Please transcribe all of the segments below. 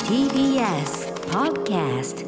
TBS Podcast。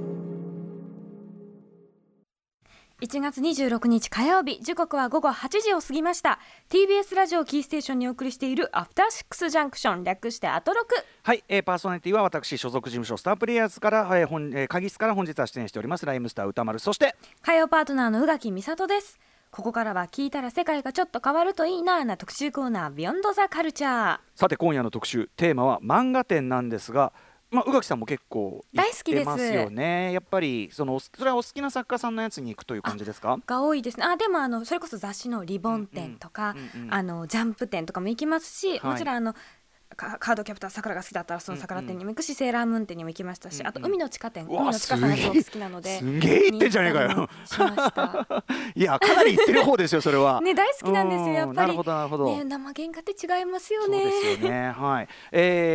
1月26日火曜日、時刻は午後8時を過ぎました。 TBS ラジオキーステーションにお送りしているアフターシックスジャンクション、略してアトロク。 はい、パーソナリティは私所属事務所スタープレイヤーズから、会議室から本日は出演しておりますライムスター歌丸、そして火曜パートナーの宇垣美里です。ここからは聞いたら世界がちょっと変わるといいな特集コーナー、ビヨンドザカルチャー。 さて今夜の特集テーマは漫画展なんですが、宇垣さんも結構行ってますよね。やっぱりそれはお好きな作家さんのやつに行くという感じですか？ が多いですね。でもそれこそ雑誌のリボン展とか、ジャンプ展とかも行きますし、もちろんカードキャプター桜が好きだったらその桜店にも行くし、セーラームーン店にも行きましたし、あと海の地下店、海の地下さんがすごく好きなので、 すげえ行ってんじゃねえかよしましたいやかなり行ってる方ですよそれはね、大好きなんですよやっぱり。 なるほどなるほど、 ね、生原画って違いますよね。 そうですよね、はい。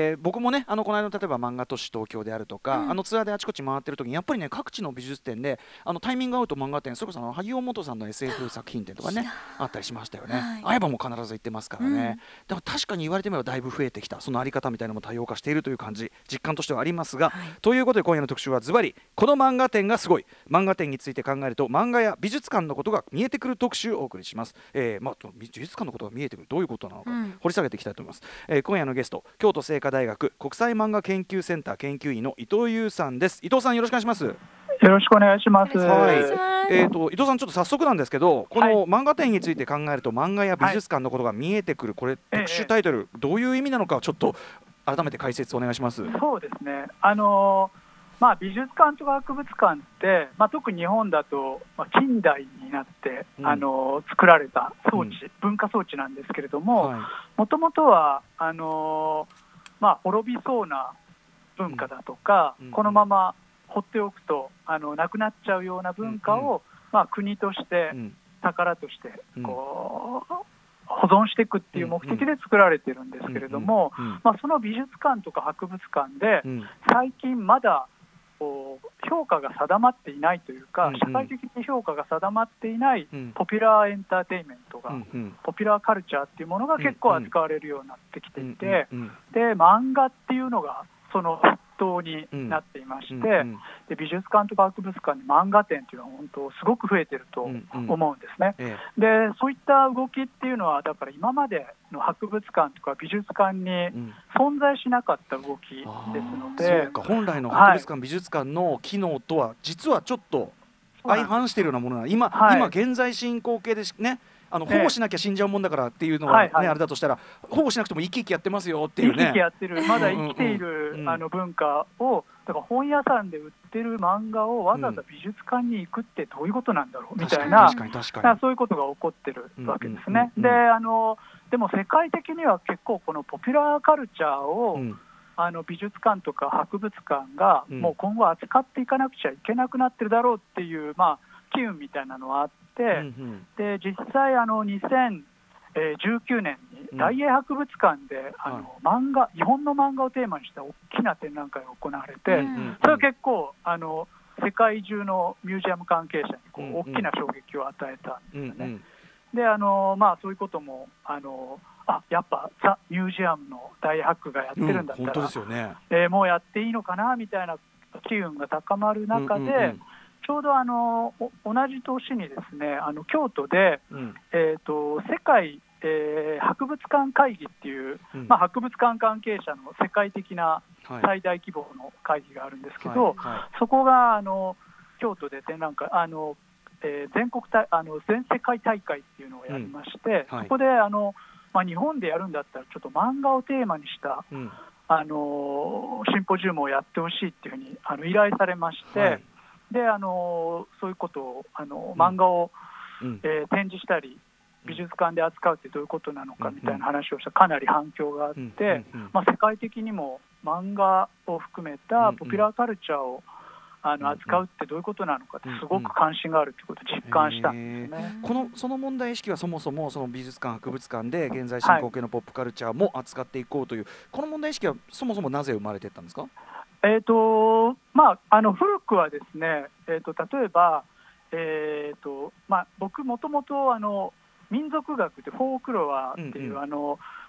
僕もねこの間例えば漫画都市東京であるとか、ツアーであちこち回ってる時にやっぱりね各地の美術展でタイミング合うと漫画展、それこそ萩尾元さんの SF 作品展とかねあったりしましたよね、会えばも必ず行ってますからね、だから確かに言われてみればだいぶ増えてきた、そのあり方みたいなのも多様化しているという感じ、実感としてはありますが、ということで今夜の特集はズバリこの漫画展がすごい、漫画展について考えると漫画や美術館のことが見えてくる特集をお送りします。美術館のことが見えてくる、どういうことなのか、掘り下げていきたいと思います。今夜のゲスト、京都精華大学国際漫画研究センター研究員の伊藤優さんです。伊藤さんよろしくお願いします。 よろしくお願いします。 伊藤さんちょっと早速なんですけど、この漫画展について考えると漫画や美術館のことが見えてくる、これ特集タイトル、どういう意味なのかちょっと改めて解説お願いします。 そうですね、美術館とか博物館って、特に日本だと、近代になって、作られた装置、文化装置なんですけれども、もともとは滅びそうな文化だとか、このまま放っておくとなくなっちゃうような文化を、国として宝としてこう保存していくっていう目的で作られてるんですけれども、その美術館とか博物館で最近まだ評価が定まっていないというか、社会的に評価が定まっていないポピュラーエンターテインメントが、ポピュラーカルチャーっていうものが結構扱われるようになってきていて、で漫画っていうのがその筆頭になっていまして、で美術館とか博物館に漫画展っていうのは本当すごく増えてると思うんですね。でそういった動きっていうのはだから今までの博物館とか美術館に存在しなかった動きですので、 そうか、本来の博物館、美術館の機能とは実はちょっと相反しているようなものが今現在進行形ですね。保護しなきゃ死んじゃうもんだからっていうのが、あれだとしたら、保護しなくても生き生きやってますよっていうね、 生き生きやってる、まだ生きている文化を、だから本屋さんで売ってる漫画をわざわざ美術館に行くってどういうことなんだろうみたいな、そういうことが起こってるわけですね。でも世界的には結構このポピュラーカルチャーを、美術館とか博物館がもう今後扱っていかなくちゃいけなくなってるだろうっていう、機運みたいなのはあって、で実際2019年に大英博物館で日本の漫画をテーマにした大きな展覧会が行われて、それは結構世界中のミュージアム関係者に大きな衝撃を与えたんですよね。でそういうこともやっぱザ・ミュージアムの大博がやってるんだったら、 本当ですよね、 もうやっていいのかなみたいな機運が高まる中で、ちょうど同じ年にですね京都で、世界、博物館会議っていう、博物館関係者の世界的な最大規模の会議があるんですけど、そこが京都で展覧会全世界大会っていうのをやりまして、そこで日本でやるんだったらちょっと漫画をテーマにした、シンポジウムをやってほしいっていうふうに依頼されまして、でそういうことを漫画を、展示したり美術館で扱うってどういうことなのかみたいな話をしたかなり反響があって、世界的にも漫画を含めたポピュラーカルチャーを扱うってどういうことなのかってすごく関心があるということを実感したんですね。 その問題意識はそもそもその美術館博物館で現在進行形のポップカルチャーも扱っていこうという、この問題意識はそもそもなぜ生まれていったんですか？ 古くはですね、例えば、僕もともと民族学でフォークロアっていう、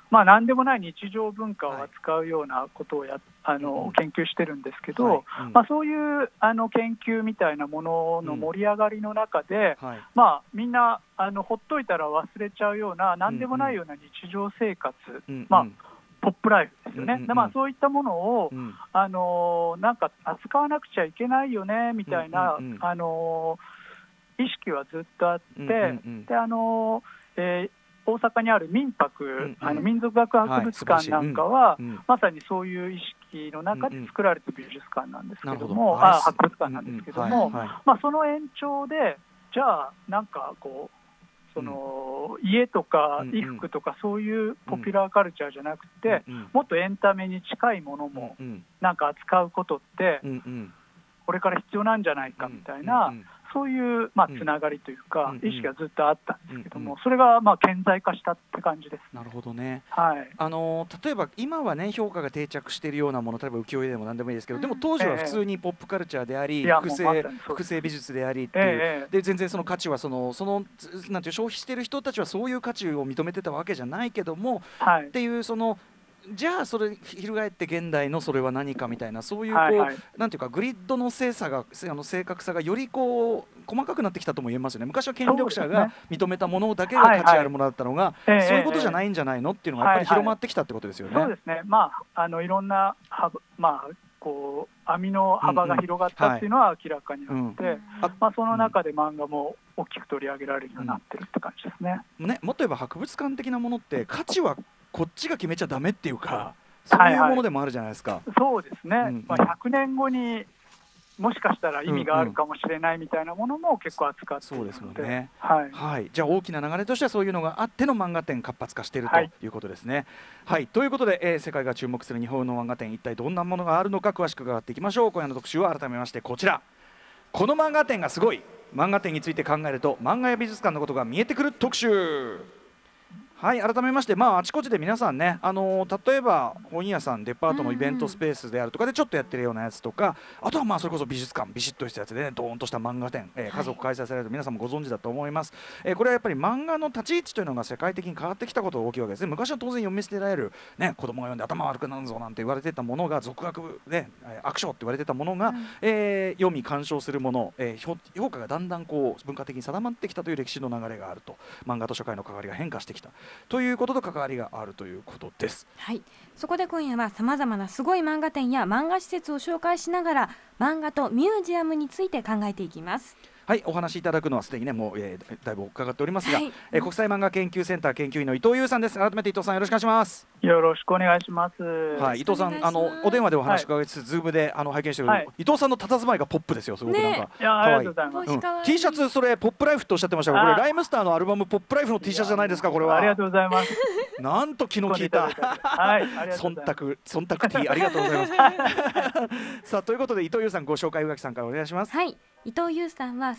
何でもない日常文化を扱うようなことを研究してるんですけど、そういう研究みたいなものの盛り上がりの中で、みんなほっといたら忘れちゃうような何でもないような日常生活、ポップライフですよね。そういったものを、なんか扱わなくちゃいけないよねみたいな、意識はずっとあって、で大阪にある民泊、民族学博物館なんかは、まさにそういう意識の中で作られた美術館なんですけども、博物館なんですけども、その延長でじゃあなんかこうその家とか衣服とかそういうポピュラーカルチャーじゃなくて、もっとエンタメに近いものもなんか扱うことってこれから必要なんじゃないかみたいな、そういうつながりというか意識がずっとあったんですけども、それが顕在化したって感じです。 なるほどね。 はい、 例えば今はね評価が定着しているようなもの、例えば浮世絵でも何でもいいですけど、でも当時は普通にポップカルチャーであり、複製美術でありっていう、で全然その価値はそのなんていう消費している人たちはそういう価値を認めてたわけじゃないけども、っていうそのじゃあそれ翻って現代のそれは何かみたいな、そういうなんていうかグリッドの正確さがよりこう細かくなってきたとも言えますよね。昔は権力者が認めたものだけが価値あるものだったのが、そういうことじゃないんじゃないのっていうのがやっぱり広まってきたってことですよね。 そうですね。いろんなこう網の幅が広がったっていうのは明らかになって、その中で漫画も大きく取り上げられるようになってるって感じですね。 もっと言えば博物館的なものって価値はこっちが決めちゃダメっていうか、そういうものでもあるじゃないですか。 そうですね。100年後にもしかしたら意味があるかもしれないみたいなものも結構扱っているので、そうですもんね。じゃあ大きな流れとしてはそういうのがあっての漫画展活発化しているということですね。ということで、世界が注目する日本の漫画展、一体どんなものがあるのか詳しく伺っていきましょう。今夜の特集は改めましてこちら、この漫画展がすごい、漫画展について考えると漫画や美術館のことが見えてくる特集。改めまして、あちこちで皆さんね、例えば本屋さん、デパートのイベントスペースであるとかでちょっとやってるようなやつとか、あとはそれこそ美術館ビシッとしたやつでね、ドーンとした漫画展、数多く開催されると皆さんもご存知だと思います。これはやっぱり漫画の立ち位置というのが世界的に変わってきたことが大きいわけですね。昔は当然読み捨てられる、子供が読んで頭悪くなるぞなんて言われてたものが俗悪で、悪書って言われてたものが、読み鑑賞するもの、評価がだんだんこう文化的に定まってきたという歴史の流れがあると、漫画図書館の関わりが変化してきたということと関わりがあるということです。 そこで今夜はさまざまなすごい漫画店や漫画施設を紹介しながら漫画とミュージアムについて考えていきます。 お話しいただくのはすでにねもう、だいぶ伺っておりますが、国際漫画研究センター研究員の伊藤優さんです。改めて伊藤さんよろしくお願いします。 よろしくお願いします。 伊藤さんお電話でお話伺いつつ、ズームで拝見している、伊藤さんの佇まいがポップですよ。すごくなんかありがとうございます。 T シャツそれポップライフとおっしゃってましたが、これライムスターのアルバムポップライフの T シャツじゃないですか。これはありがとうございます。 なんと気の利いた忖度 T ありがとうございますさあということで伊藤優さんご紹介宇垣さんからお願いします。 伊藤優さんは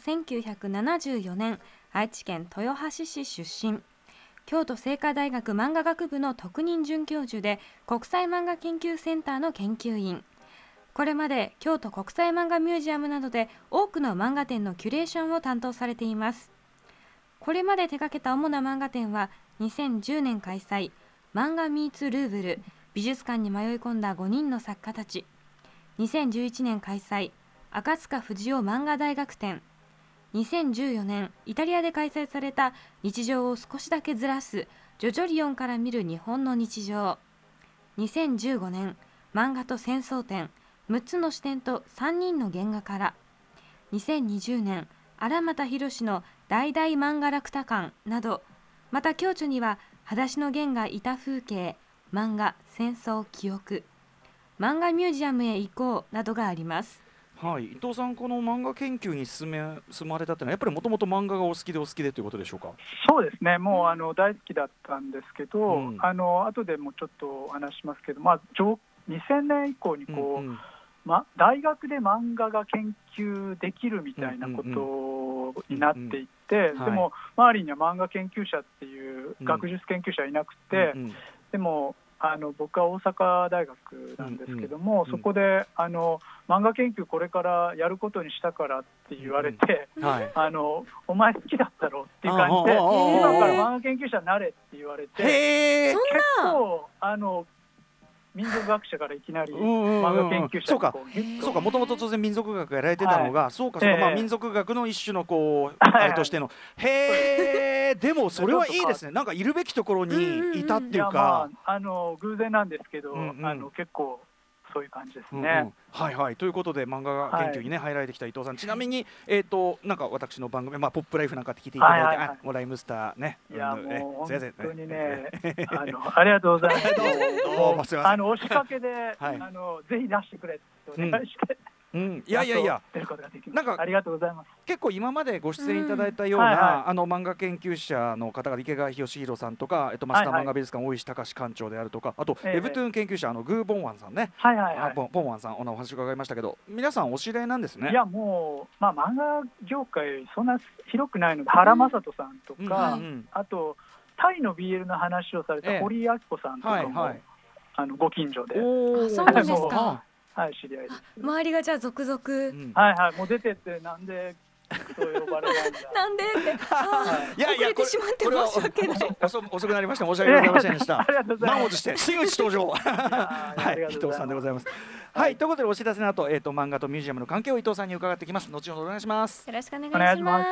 1974年愛知県豊橋市出身、京都精華大学漫画学部の特任准教授で国際漫画研究センターの研究員。これまで京都国際漫画ミュージアムなどで多くの漫画展のキュレーションを担当されています。これまで手掛けた主な漫画展は2010年開催漫画ミーツルーブル、美術館に迷い込んだ5人の作家たち、2011年開催赤塚不二夫漫画大学展、2014年イタリアで開催された日常を少しだけずらすジョジョリオンから見る日本の日常、2015年漫画と戦争展6つの視点と3人の原画から、2020年荒俣宏の大々漫画楽多館など、また共著には裸足の弦がいた風景、漫画戦争記憶、漫画ミュージアムへ行こうなどがあります。 伊藤さん、この漫画研究に進まれたというのはやっぱりもともと漫画がお好きでということでしょうか。 そうですね、もう大好きだったんですけど、後でもちょっとお話しますけど、2000年以降に大学で漫画が研究できるみたいなことになっていって、でも周りには漫画研究者っていう学術研究者いなくて、でも僕は大阪大学なんですけども、そこで漫画研究これからやることにしたからって言われて、お前好きだったろっていう感じで、今から漫画研究者になれって言われて、結構民族学者からいきなり漫画研究者にそうか、もともと当然民族学がやられてたのが、そうか、民族学の一種のあれとしての、でもそれはいいですね。なんかいるべきところにいたっていうか、 偶然なんですけど、結構そういう感じですね。 はいはい、ということで漫画研究にね入られてきた伊藤さん、ちなみになんか私の番組ポップライフなんかって聞いていただいて、ライムスターね、 いやもう本当にねありがとうございます。押しかけでぜひ出してくれってお願いして。 いやなんかありがとうございます。 結構今までご出演いただいたような漫画研究者の方が池川義弘さんとか、マスター漫画美術館大石隆館長であるとか、あとウェブトゥーン研究者グー・ボンワンさんね、ボンワンさんお話伺いましたけど、皆さんお知り合いなんですね。 いやもう漫画業界そんな広くないので、原正人さんとか、あとタイの BL の話をされた堀井明子さんとかもご近所で。 そうなんですか。 知り合いです。 周りがじゃあ続々、 もう出てってなんでそう呼ばれないんだなんでって遅れてしまって申し訳ない。 遅くなりました、申し訳ございませんでした。満を持して真打ち登場伊藤さんでございます。はい、ということでお知らせの後、漫画とミュージアムの関係を伊藤さんに伺ってきます。後ほどお願いします。 よろしくお願いします。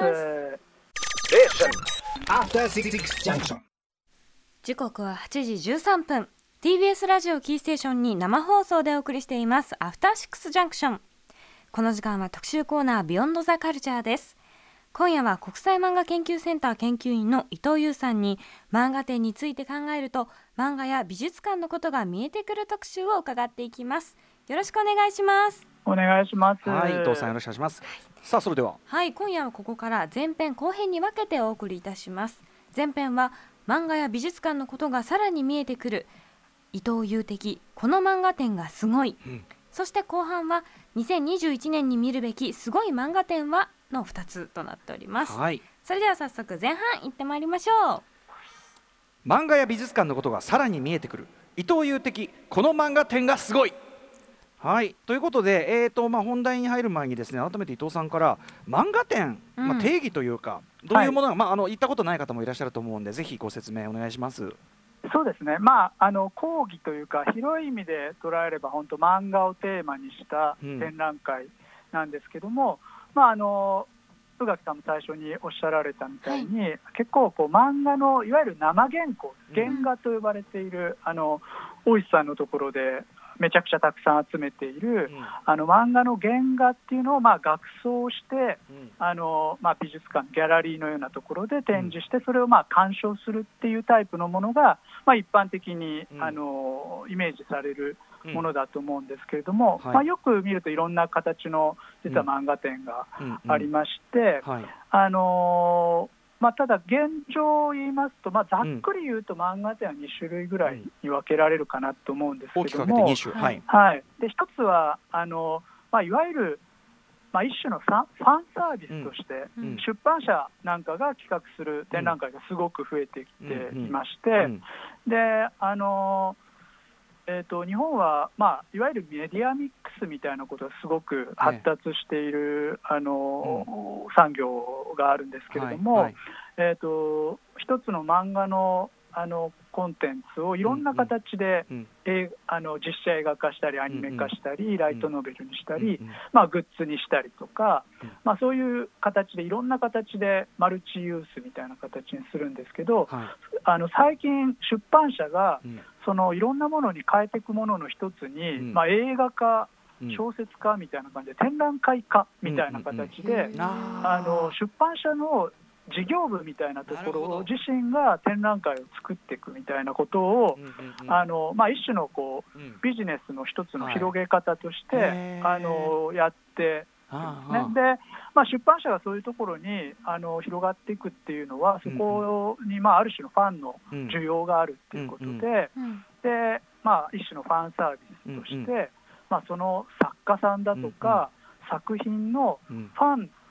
時刻は8時13分。TBS ラジオキーステーションに生放送でお送りしていますアフターシックスジャンクション。この時間は特集コーナービヨンドザカルチャーです。今夜は国際漫画研究センター研究員の伊藤優さんに漫画展について考えると漫画や美術館のことが見えてくる特集を伺っていきます。よろしくお願いします。 お願いします。 はい、伊藤さんよろしくお願いします。さあそれでは今夜はここから前編後編に分けてお送りいたします。前編は漫画や美術館のことがさらに見えてくる伊藤優的この漫画展がすごい、そして後半は2021年に見るべきすごい漫画展はの2つとなっております。それでは早速前半行ってまいりましょう。漫画や美術館のことがさらに見えてくる伊藤優的この漫画展がすごい。ということで、本題に入る前にですね、改めて伊藤さんから漫画展、定義というかどういうものが、行ったことない方もいらっしゃると思うんで、ぜひご説明お願いします。 そうですね、講義というか広い意味で捉えれば本当漫画をテーマにした展覧会なんですけども、宇垣さんも最初におっしゃられたみたいに、結構漫画のいわゆる生原稿、原画と呼ばれている大石さんのところでめちゃくちゃたくさん集めている、漫画の原画っていうのを学装して、美術館ギャラリーのようなところで展示して、それを鑑賞するっていうタイプのものが、一般的に、イメージされるものだと思うんですけれども、よく見るといろんな形の実は漫画展がありまして、ただ現状を言いますと、ざっくり言うと漫画展は2種類ぐらいに分けられるかなと思うんですけども、一つはいわゆる、一種のファンサービスとして、出版社なんかが企画する展覧会がすごく増えてきていまして、で日本は、いわゆるメディアミックスみたいなことがすごく発達している、産業があるんですけれども、一つの漫画の、コンテンツをいろんな形で、実写映画化したりアニメ化したり、ライトノベルにしたり、グッズにしたりとか、そういう形でいろんな形でマルチユースみたいな形にするんですけど、最近出版社がそのいろんなものに変えていくものの一つに、映画化小説化みたいな感じで展覧会化みたいな形で、出版社の事業部みたいなところ自身が展覧会を作っていくみたいなことを、一種のビジネスの一つの広げ方としてやってで、出版社がそういうところに広がっていくっていうのは、そこにある種のファンの需要があるっていうことで、一種のファンサービスとして、その作家さんだとか、作品のファン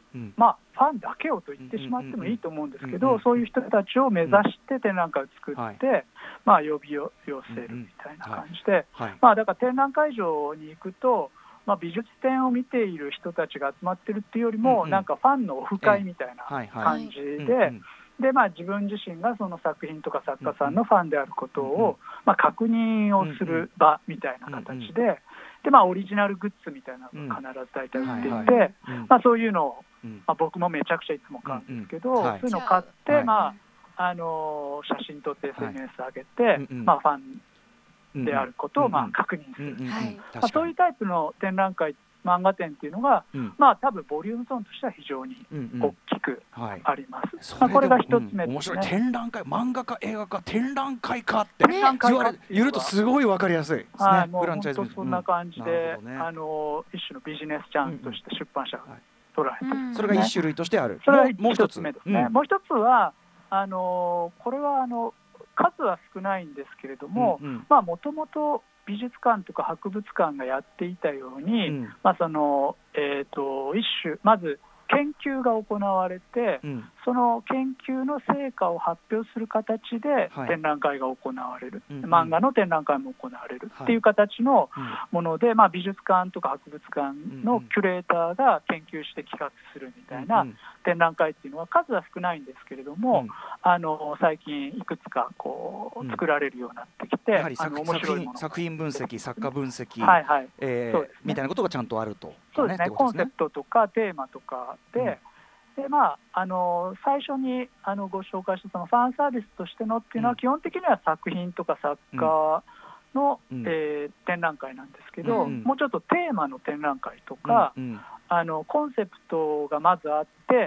まあ、ファンだけをと言ってしまってもいいと思うんですけど、そういう人たちを目指して展覧会を作って、まあ、呼び寄せるみたいな感じで、まあ、だから展覧会場に行くと、まあ、美術展を見ている人たちが集まってるっていうよりも、なんかファンのオフ会みたいな感じで、まあ、自分自身がその作品とか作家さんのファンであることを、まあ、確認をする場みたいな形で、で、まあ、オリジナルグッズみたいなのが必ず大体売っていて、まあ、そういうのを、まあ、僕もめちゃくちゃいつも買うんですけど、そういうのを買って、まあ、写真撮って SNS 上げて、まあ、ファンであることをまあ確認する、まあ、そういうタイプの展覧会、漫画展っていうのが、まあ多分ボリュームゾーンとしては非常に大きくあります。まあ、これが一つ目ですね。 面白い。展覧会、漫画家、映画家、展覧会かって言うとすごいわかりやすいですね。 もう本当そんな感じで、一種のビジネスチャンスとして出版社が捉えてる、 それが一種類としてある。 それがもう一つ目ですね。もう一つはこれは数は少ないんですけれども、もともと美術館とか博物館がやっていたように、まあその一種まず研究が行われて、その研究の成果を発表する形で展覧会が行われる、漫画の展覧会も行われるっていう形のもので、まあ、美術館とか博物館のキュレーターが研究して企画するみたいな展覧会っていうのは数は少ないんですけれども、最近いくつかこう作られるようになってきて、 やはり作品分析、作家分析、みたいなことがちゃんとあると。 そうですね、コンセプトとかテーマとかで、まあ、最初にご紹介したそのファンサービスとしてのっていうのは、基本的には作品とか作家の、展覧会なんですけど、もうちょっとテーマの展覧会とか、コンセプトがまずあって、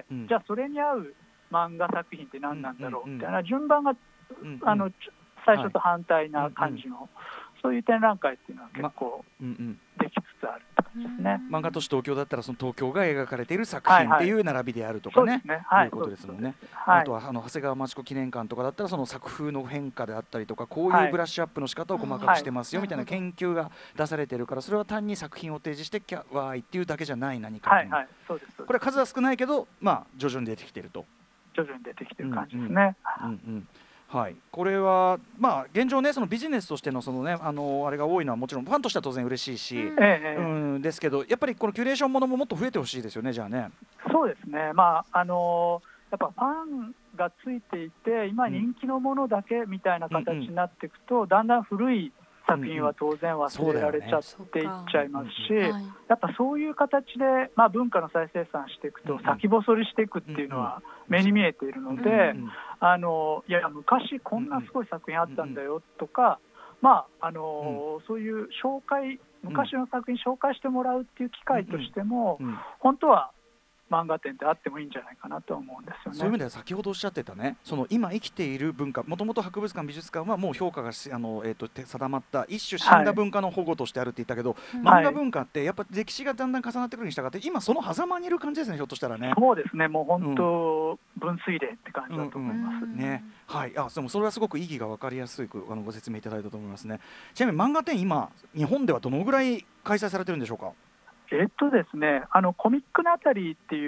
じゃあそれに合う漫画作品って何なんだろうみたいな順番が、最初と反対な感じの、そういう展覧会っていうのは結構できつつあるって感じですね。 漫画都市東京だったらその東京が描かれている作品っていう並びであるとかね、いうことですもんね。あとは長谷川町子記念館とかだったらその作風の変化であったりとか、こういうブラッシュアップの仕方を細かくしてますよみたいな研究が出されているから、それは単に作品を提示してわーいっていうだけじゃない何かという、これは数は少ないけど、まあ徐々に出てきていると。 徐々に出てきてる感じですね。 はい、これは、まあ、現状ね、そのビジネスとしてのその、ね、あれが多いのはもちろんファンとしては当然嬉しいし、ですけど、やっぱりこのキュレーションものももっと増えてほしいですよね、じゃあね。 そうですね、まあやっぱファンがついていて、今、人気のものだけみたいな形になっていくと、だんだん古い作品は当然忘れられちゃっていっちゃいますし、やっぱそういう形で、まあ、文化の再生産していくと先細りしていくっていうのは目に見えているので、いや昔こんなすごい作品あったんだよとか、まあそういう紹介、昔の作品紹介してもらうっていう機会としても、本当は漫画展ってあってもいいんじゃないかなと思うんですよね。 そういう意味では先ほどおっしゃってたね、その今生きている文化、もともと博物館美術館はもう評価が定まった一種死んだ文化の保護としてあるって言ったけど、漫画文化ってやっぱ歴史がだんだん重なってくるに従って今その狭間にいる感じですね、ひょっとしたらね。 そうですね、もう本当、分水嶺って感じだと思いますね。はい、でもそれはすごく意義が分かりやすくご説明いただいたと思いますね。ちなみに漫画展今日本ではどのぐらい開催されてるんでしょうか。 ですね、コミックナタリーっていう、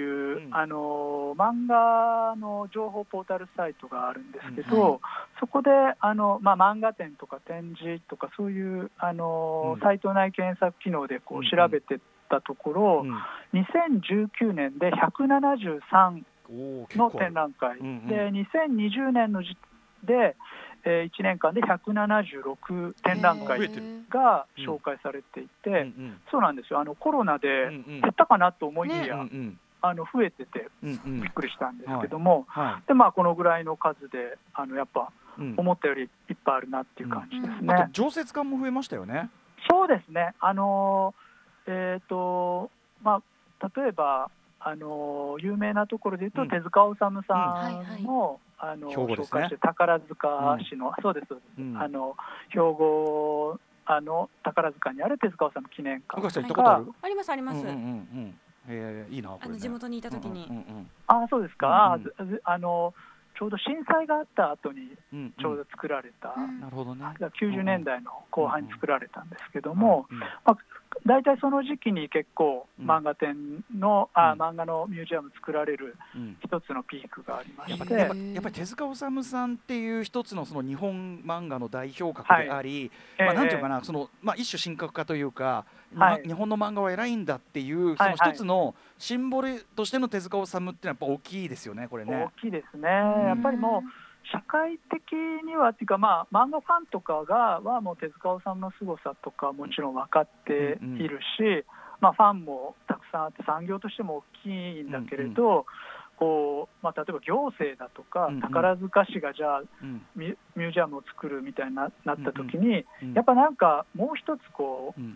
漫画の情報ポータルサイトがあるんですけど、そこで漫画展とか展示とかそういうサイト内検索機能でこう調べてったところ、2019年で173の展覧会、で2020年ので1年間で176展覧会が紹介されていて、そうなんですよ、コロナで減ったかなと思いきや、増えててびっくりしたんですけども、でこのぐらいの数でやっぱ思ったよりいっぱいあるなっていう感じですね。 あと常設館も増えましたよね。 そうですね、例えば有名なところで言うと、手塚治虫さんの紹介して宝塚市の、そうですそうです、兵庫宝塚にある手塚治虫記念館がありますあります。 いいな、これね。 地元にいた時に。 そうですか。ちょうど震災があった後にちょうど作られた、 なるほどね。 90年代の後半に作られたんですけども、 大体その時期に結構漫画展の、漫画のミュージアム作られる一つのピークがありまして、 やっぱり手塚治虫さんっていう一つのその日本漫画の代表格であり、なんていうかな、その一種神格化というか、日本の漫画は偉いんだっていうその一つのシンボルとしての手塚治虫っていうのはやっぱ大きいですよね、これね。 大きいですね。やっぱりもう社会的にはっていうか、漫画ファンとかはもう手塚治虫の凄さとかもちろん分かっているし、ファンもたくさんあって産業としても大きいんだけれど、こう例えば行政だとか、宝塚市がじゃあ、ミュージアムを作るみたいになった時に、やっぱなんかもう一つこう、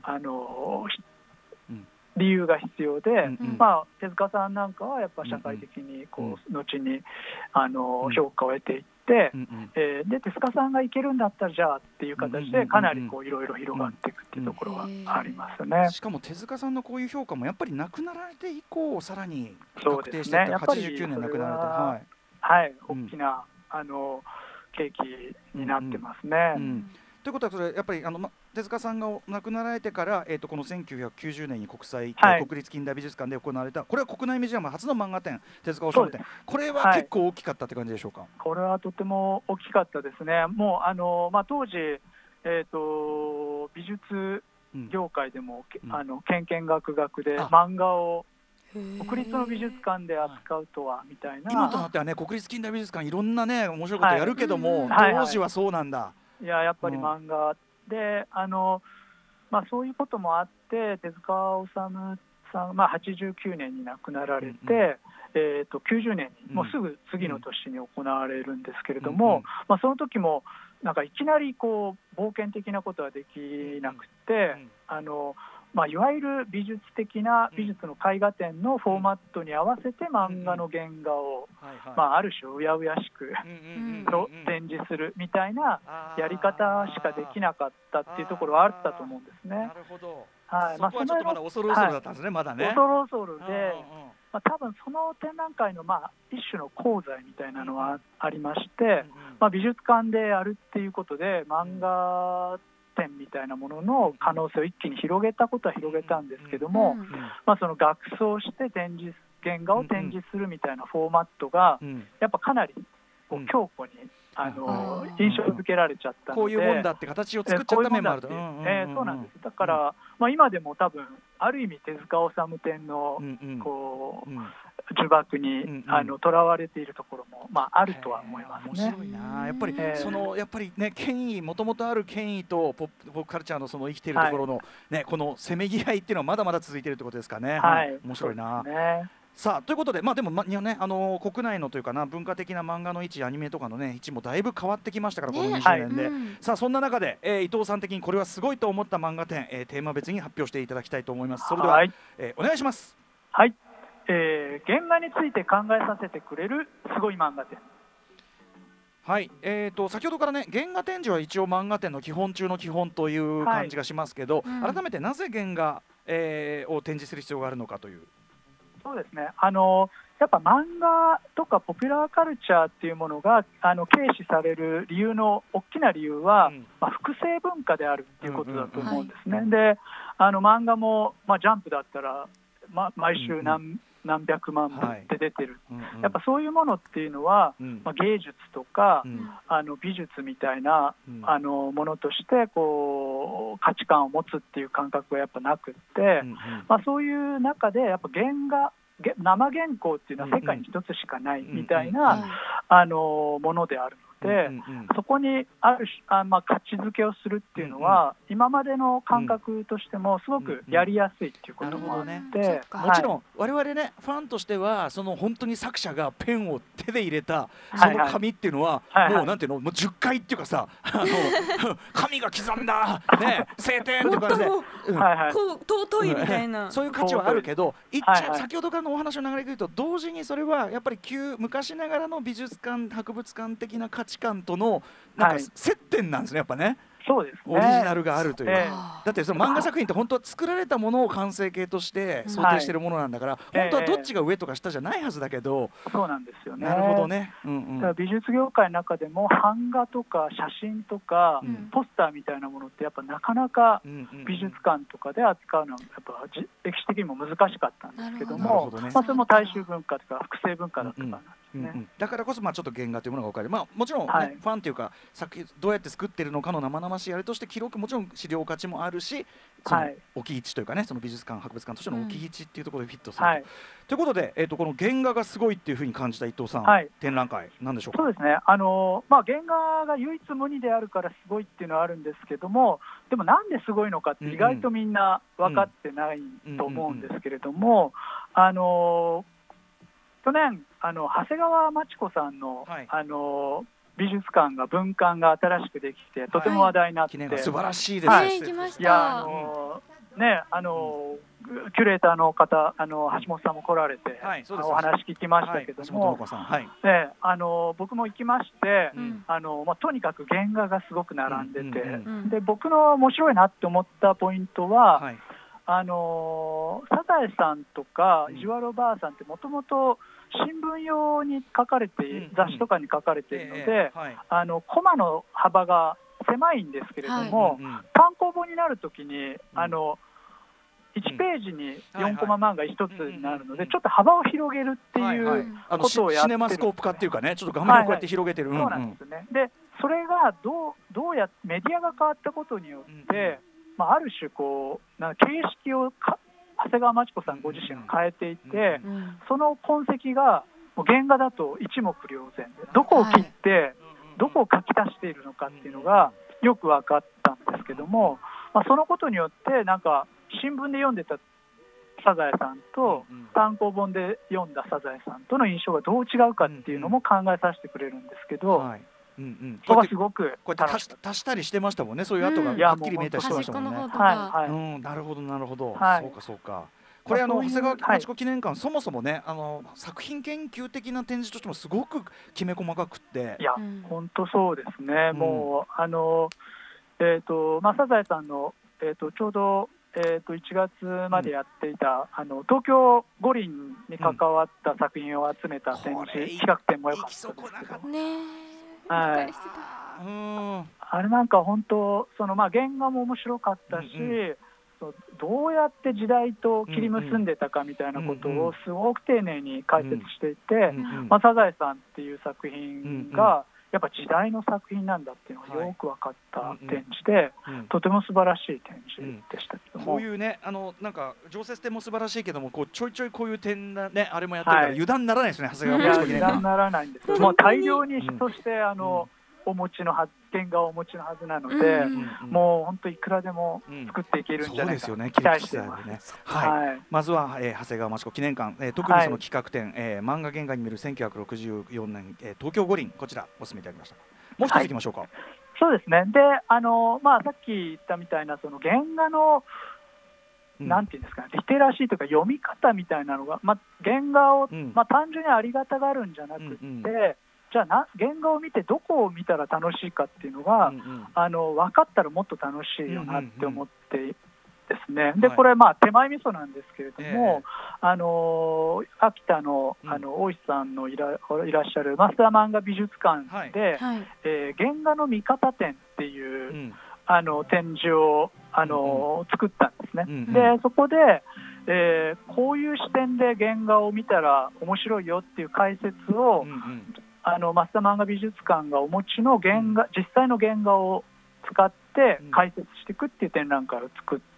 理由が必要で、手塚さんなんかはやっぱ社会的にこう、後に評価を得ていって、で手塚さんがいけるんだったらじゃあっていう形でかなりこういろいろ広がっていくっていうところはありますね。 しかも手塚さんのこういう評価もやっぱり亡くなられて以降さらに確定していって、89年亡くなられて、 大きな契機になってますね。 ということはそれやっぱり手塚さんが亡くなられてから、この1990年に国立近代美術館で行われた、これは国内ミュージアム初の漫画展、手塚治虫展、これは結構大きかったって感じでしょうか。 これはとても大きかったですね。もう当時、美術業界でも、けんけんがくがくで漫画を国立の美術館で扱うとはみたいな。 今となってはね、国立近代美術館いろんなね面白いことやるけども、当時はそうなんだ。 やっぱり漫画で、そういうこともあって手塚治虫さん、89年に亡くなられて、90年にもうすぐ次の年に行われるんですけれども、その時もなんかいきなりこう冒険的なことはできなくて、いわゆる美術的な美術の絵画展のフォーマットに合わせて漫画の原画を、ある種うやうやしく展示するみたいなやり方しかできなかったっていうところはあったと思うんですね。 なるほど。そこはちょっとまだ恐る恐るだったんですね、まだね。 恐る恐るで、多分その展覧会の一種の功罪みたいなのはありまして、美術館でやるっていうことで漫画展みたいなものの可能性を一気に広げたことは広げたんですけども、その額装して原画を展示するみたいなフォーマットがやっぱかなり強固に印象付けられちゃったので、 こういうもんだって形を作っちゃった面もあると。 そうなんです。だから、今でも多分ある意味手塚治虫展のこう呪縛にとらわれているところもあるとは思いますね。 面白いな。やっぱりやっぱりね、権威、もともとある権威とポップカルチャーのその生きているところのね、このせめぎ合いっていうのはまだまだ続いているってことですかね。面白いな。さあということで、でもね、国内のというかな文化的な漫画の位置、アニメとかのね位置もだいぶ変わってきましたから、この20年で。さあそんな中で、伊藤さん的にこれはすごいと思った漫画展、テーマ別に発表していただきたいと思います。それでは、お願いします。 はい、原画について考えさせてくれるすごい漫画展。 はい、先ほどからね、原画展示は一応漫画展の基本中の基本という感じがしますけど、改めてなぜ原画、を展示する必要があるのかという。 そうですね、やっぱ漫画とかポピュラーカルチャーっていうものが軽視される理由の大きな理由は、複製文化であるっていうことだと思うんですね。で、漫画も、ジャンプだったら、毎週何百万部って出てる、やっぱそういうものっていうのは、芸術とか、美術みたいな、ものとしてこう価値観を持つっていう感覚がやっぱなくって、そういう中でやっぱ生原稿っていうのは世界に一つしかないみたいなものであるので、そこにある価値づけをするっていうのは、今までの感覚としてもすごくやりやすいっていうこともあって、 もちろん我々ねファンとしてはその本当に作者がペンを手で入れたその紙っていうのはもうなんていうの、もう10回っていうかさ、神が刻んだね聖典って感じで尊いみたいなそういう価値はあるけど、先ほどからのお話の流れで言うと同時にそれはやっぱり昔ながらの美術館博物館的な価値観とのなんか接点なんですね、やっぱね。 そうですね、 オリジナルがあるという、だってその漫画作品って本当は作られたものを完成形として想定しているものなんだから、本当はどっちが上とか下じゃないはずだけど、 そうなんですよね。 なるほどね、 だから美術業界の中でも版画とか写真とか、ポスターみたいなものってやっぱなかなか美術館とかで扱うのはやっぱ歴史的にも難しかったんですけども、それも大衆文化とか複製文化だったからなんですね。 だからこそちょっと原画というものが分かる、もちろん、ファンというか作品どうやって作ってるのかの生々しいあれとして記録もちろん資料価値もあるし、その置き位置というかね、その美術館博物館としての置き位置っていうところでフィットするということで、この原画がすごいっていうふうに感じた伊藤さん、展覧会なんでしょうか。 そうですね、原画が唯一無二であるからすごいっていうのはあるんですけども、でもなんですごいのかって意外とみんな分かってないと思うんですけれども、去年長谷川町子さんの、美術館が文館が新しくできてとても話題になって、 素晴らしいですね。 行きました。 いやキュレーターの方橋本さんも来られて、お話聞きましたけども、僕も行きまして、とにかく原画がすごく並んでて、で僕の面白いなって思ったポイントは、サザエさんとか意地悪おばあさんってもともと新聞用に書かれて、雑誌とかに書かれているので、コマの幅が狭いんですけれども、単行本になるときに1ページに4コマ漫画1つになるので、ちょっと幅を広げるっていうことをやってる、 シネマスコープ化っていうかね、ちょっと画面をこうやって広げてる。 そうなんですね。でそれがどうやってメディアが変わったことによって、ある種こう形式を長谷川町子さんご自身が変えていて、その痕跡がもう原画だと一目瞭然で、どこを切ってどこを書き足しているのかっていうのがよく分かったんですけども、そのことによってなんか新聞で読んでたサザエさんと単行本で読んだサザエさんとの印象がどう違うかっていうのも考えさせてくれるんですけど、そこはすごくこうやって足したりしてましたもんね。そういう跡がはっきり見えたりしてましたもんね。なるほどなるほど、そうかそうか。これ長谷川町子記念館、そもそもね作品研究的な展示としてもすごくきめ細かくって、 いや本当そうですね。もうサザエさんのちょうど1月までやっていた、東京五輪に関わった作品を集めた展示、企画展も良かったですけどね。あれなんか本当原画も面白かったし、どうやって時代と切り結んでたかみたいなことをすごく丁寧に解説していて、サザエさんっていう作品がやっぱ時代の作品なんだっていうのがよく分かった展示で、とても素晴らしい展示でしたけども、 こういうねなんか常設展も素晴らしいけども、こうちょいちょいこういう展ねあれもやってるから油断ならないですね。長谷川町子記念館油断ならないんですよ。もう大量にそしてお持ちの原画をお持ちのはずなので、もう本当いくらでも作っていけるんじゃないかと期待しています。 まずは長谷川町子記念館、特にその企画展、漫画原画に見る1964年、東京五輪、こちらお勧めいただきました。もう一ついきましょうか。 そうですね。でさっき言ったみたいなその原画のなんていうんですかね、リテラシーというか読み方みたいなのが、原画を単純にありがたがるんじゃなくて、じゃあ原画を見てどこを見たら楽しいかっていうのが分かったらもっと楽しいよなって思ってですね。でこれ手前味噌なんですけれども、秋田の大石さんのいらっしゃる増田漫画美術館で、原画の見方展っていう展示を作ったんですね。でそこでこういう視点で原画を見たら面白いよっていう解説を増田漫画美術館がお持ちの実際の原画を使って解説していくっていう展覧会を作って、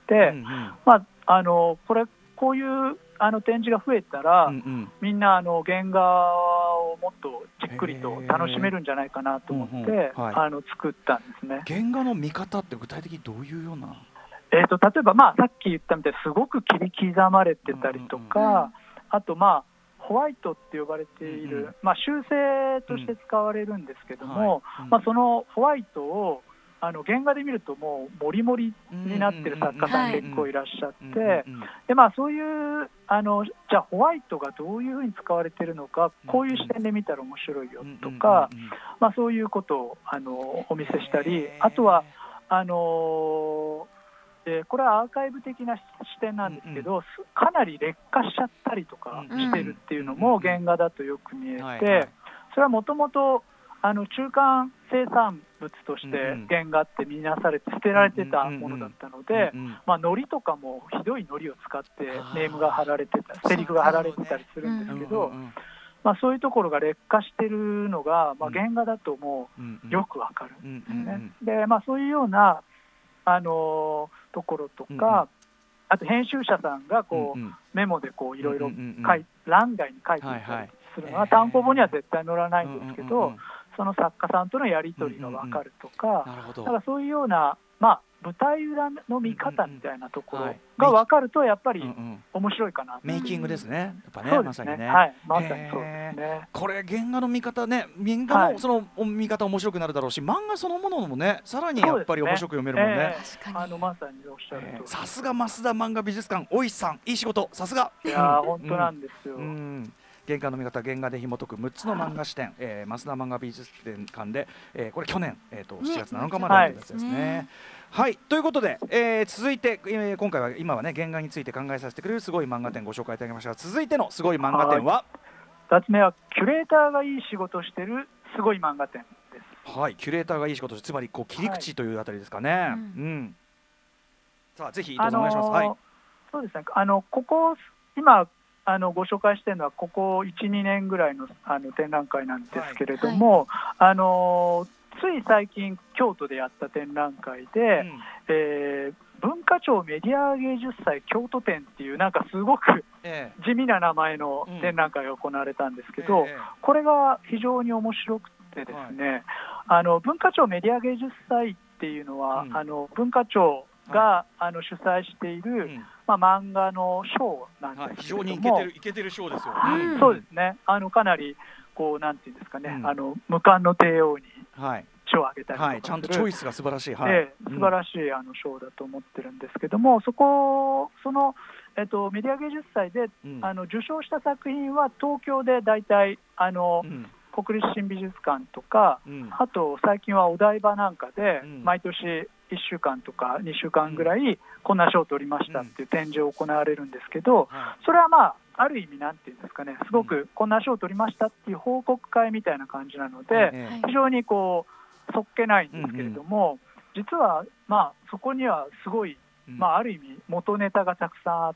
こういう展示が増えたら、みんな原画をもっとじっくりと楽しめるんじゃないかなと思って作ったんですね。 原画の見方って具体的にどういうような？ 例えばさっき言ったみたいにすごく切り刻まれてたりとか、あとホワイトって呼ばれている、修正として使われるんですけども、そのホワイトを原画で見るともうモリモリになってる作家さん結構いらっしゃって、でそういうじゃあホワイトがどういうふうに使われているのか、こういう視点で見たら面白いよとか、そういうことをお見せしたり、あとはこれはアーカイブ的な視点なんですけど、かなり劣化しちゃったりとかしてるっていうのも原画だとよく見えて、それはもともと中間生産物として原画って見なされて捨てられてたものだったので、糊とかもひどい糊を使ってネームが貼られてた、セリフが貼られてたりするんですけど、そういうところが劣化してるのが、原画だともうよくわかるんですね。で、そういうようなところとか、あと編集者さんがこう、メモでこういろいろ欄外に書いていたりするのは単行本には絶対載らないんですけど、その作家さんとのやり取りが分かるとか、だからそういうような、舞台裏の見方みたいなところが分かるとやっぱり面白いかな。 メイキングですね、やっぱね。 そうですね、 まさにね。 はい、まさにそうですね。 これ原画の見方ね、原画のその見方面白くなるだろうし、漫画そのものもね、さらにやっぱり面白く読めるもんね。 まさにおっしゃると。 さすが増田漫画美術館大石さん、いい仕事、さすが。 いや本当なんですよ。 原画の見方、原画で紐解く6つの漫画視点、増田漫画美術館で、これ去年、7月7日までやったやつですね。はい、ということで、続いて、今回は今はね原画について考えさせてくれるすごい漫画展ご紹介いただきましたが、続いてのすごい漫画展は、 2つ目はキュレーターがいい仕事をしているすごい漫画展です。 はい、キュレーターがいい仕事、つまりこう切り口というあたりですかね。さあぜひどうぞお願いします。 そうですね、ここ今ご紹介しているのはここ 1,2 年ぐらいの展覧会なんですけれども、つい最近京都でやった展覧会で、文化庁メディア芸術祭京都展っていうなんかすごく地味な名前の展覧会が行われたんですけど、これが非常に面白くてですね、文化庁メディア芸術祭っていうのは、文化庁が主催している、漫画のショーなんですけれども、 非常にイケてるショーですよね。 そうですね、かなりこうなんていうんですかね、無冠の帝王に賞をあげたりとかする、 ちゃんとチョイスが素晴らしい、 素晴らしいショーだと思ってるんですけども、そのメディア芸術祭で受賞した作品は東京でだいたい国立新美術館とか、あと最近はお台場なんかで毎年1週間とか2週間ぐらいこんな賞を取りましたっていう展示を行われるんですけど、それはある意味なんていうんですかね、すごくこんな賞を取りましたっていう報告会みたいな感じなので、非常にこうそっけないんですけれども、実はそこにはすごい、ある意味元ネタがたくさんあって、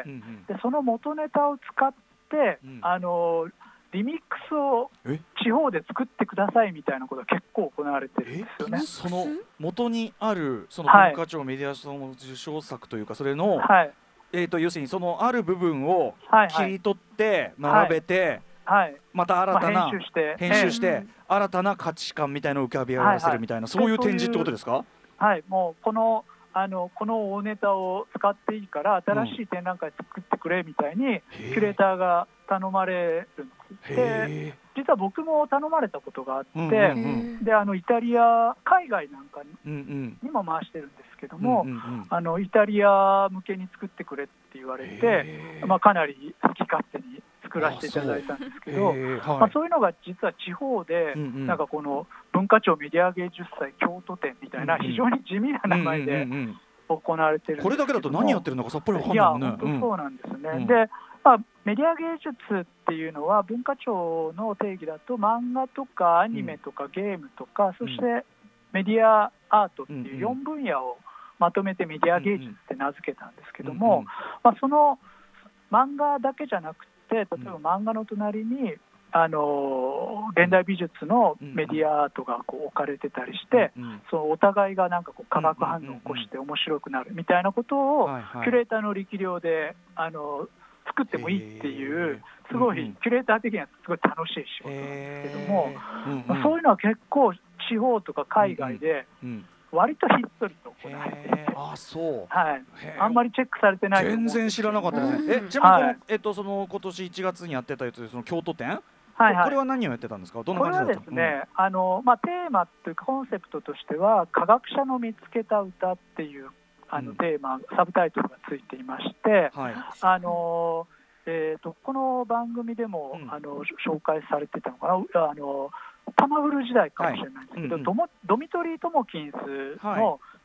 でその元ネタを使ってリミックスを地方で作ってくださいみたいなことが結構行われてるんですよね。 その元にあるその文化庁メディア賞の受賞作というか、それの、要するにそのある部分を切り取って並べて、また新たな編集して新たな価値観みたいなのを浮かび上がらせるみたいな、そういう展示ってことですか？ はい、もうこの大ネタを使っていいから新しい展覧会作ってくれみたいにキュレーターが頼まれるんです。で実は僕も頼まれたことがあって、でイタリア海外なんかにも回してるんですけども、イタリア向けに作ってくれって言われて、かなり好き勝手に作らせていただいたんですけど、そういうのが実は地方で、なんかこの文化庁メディア芸術祭京都展みたいな非常に地味な名前で行われてるんですけども、 これだけだと何やってるのかさっぱり分かんないもんね。 いや本当そうなんですね。でメディア芸術っていうのは文化庁の定義だと漫画とかアニメとかゲームとか、そしてメディアアートっていう4分野をまとめてメディア芸術って名付けたんですけども、その漫画だけじゃなくて、例えば漫画の隣に現代美術のメディアアートがこう置かれてたりして、そのお互いがなんかこう化学反応を起こして面白くなるみたいなことをキュレーターの力量で作ってもいいっていう、すごいキュレーター的にはすごい楽しい仕事なんですけども、そういうのは結構地方とか海外で割とひっそりと行われていて、あんまりチェックされてない。 全然知らなかったですね。ちなみにその今年1月にやってたやつで、その京都展、これは何をやってたんですか？どんな感じだったの？ これはですね、テーマというかコンセプトとしては科学者の見つけた歌っていうテーマ、サブタイトルがついていまして、この番組でも紹介されてたのかな、タマフル時代かもしれないんですけど、ドミトリー・トモキンスの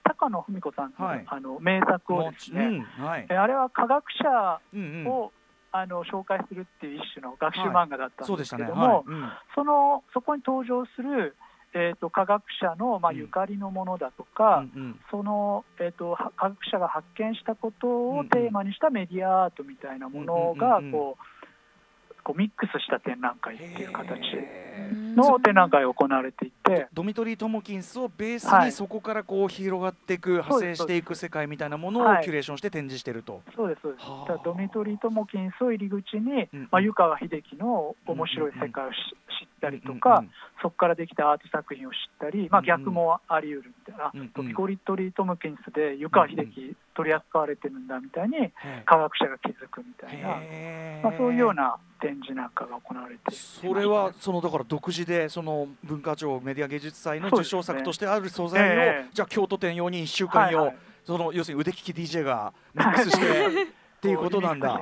高野文子さんの、 はい、 名作をですね、はい、あれは科学者を、紹介するっていう一種の学習漫画だったんですけども、そこに登場する、科学者の、ゆかりのものだとか、その、科学者が発見したことをテーマにしたメディアアートみたいなものがこうミックスした展覧会っていう形の展覧会が行われていて、 ドミトリー・トモキンスをベースにそこからこう広がっていく、派生していく世界みたいなものをキュレーションして展示していると。 そうですそうです。ドミトリー・トモキンスを入り口に、湯川秀樹の面白い世界を知ったりとか、そこからできたアート作品を知ったり、逆もあり得るみたいな、ドミトリー・トモキンスで湯川秀樹取り扱われてるんだみたいに科学者が気づくみたいな、そういうような展示なんかが行われている。 それはだから独自でその文化庁メディア芸術祭の受賞作としてある素材を、じゃあ京都展用に1週間用、要するに腕利き DJ がミックスしてっていうことなんだ。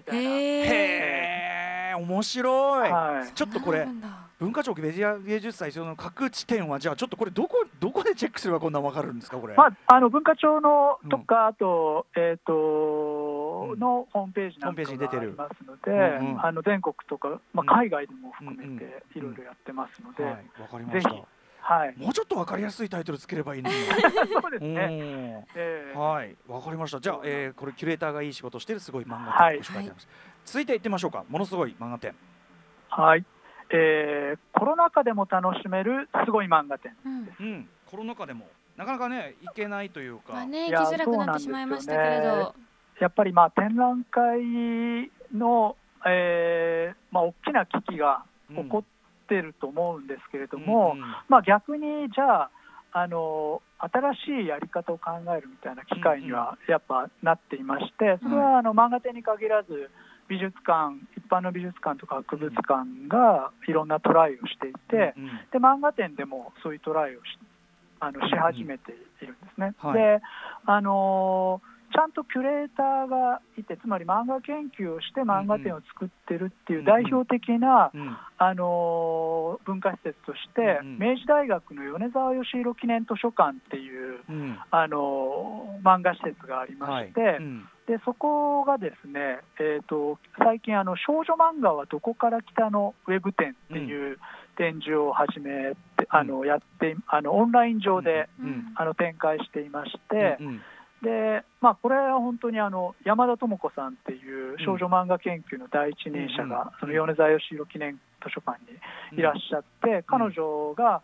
へー、面白い、ちょっとこれ文化庁メディア芸術祭その各地点はじゃあちょっとこれどこでチェックすればこんな分かるんですかこれ。 文化庁のとか、あとのホームページなんかがありますので、全国とか、海外でも含めていろいろやってますので、 わかりました。もうちょっと分かりやすいタイトルつければいいのに。 そうですね。 はい、分かりました。じゃあ、これキュレーターがいい仕事してるすごい漫画展ご紹介いただきます。続いていってみましょうか。ものすごい漫画展。 はい。コロナ禍でも楽しめるすごい漫画展です。 コロナ禍でもなかなかね行けないというか、 行きづらくなってしまいましたけれど、 やっぱり展覧会の、大きな危機が起こってると思うんですけれども、逆にじゃあ新しいやり方を考えるみたいな機会にはやっぱなっていまして、それは漫画展に限らず美術館、一般の美術館とか博物館がいろんなトライをしていて、で漫画展でもそういうトライをし始めているんですね。でちゃんとキュレーターがいて、つまり漫画研究をして漫画展を作ってるっていう代表的な文化施設として、明治大学の米沢義弘記念図書館っていう漫画施設がありまして、でそこがですね、最近少女漫画はどこから来たのウェブ展っていう展示を始めて、やってオンライン上で展開していまして、でこれは本当に山田智子さんっていう少女漫画研究の第一人者がその米沢義弘記念図書館にいらっしゃって、彼女が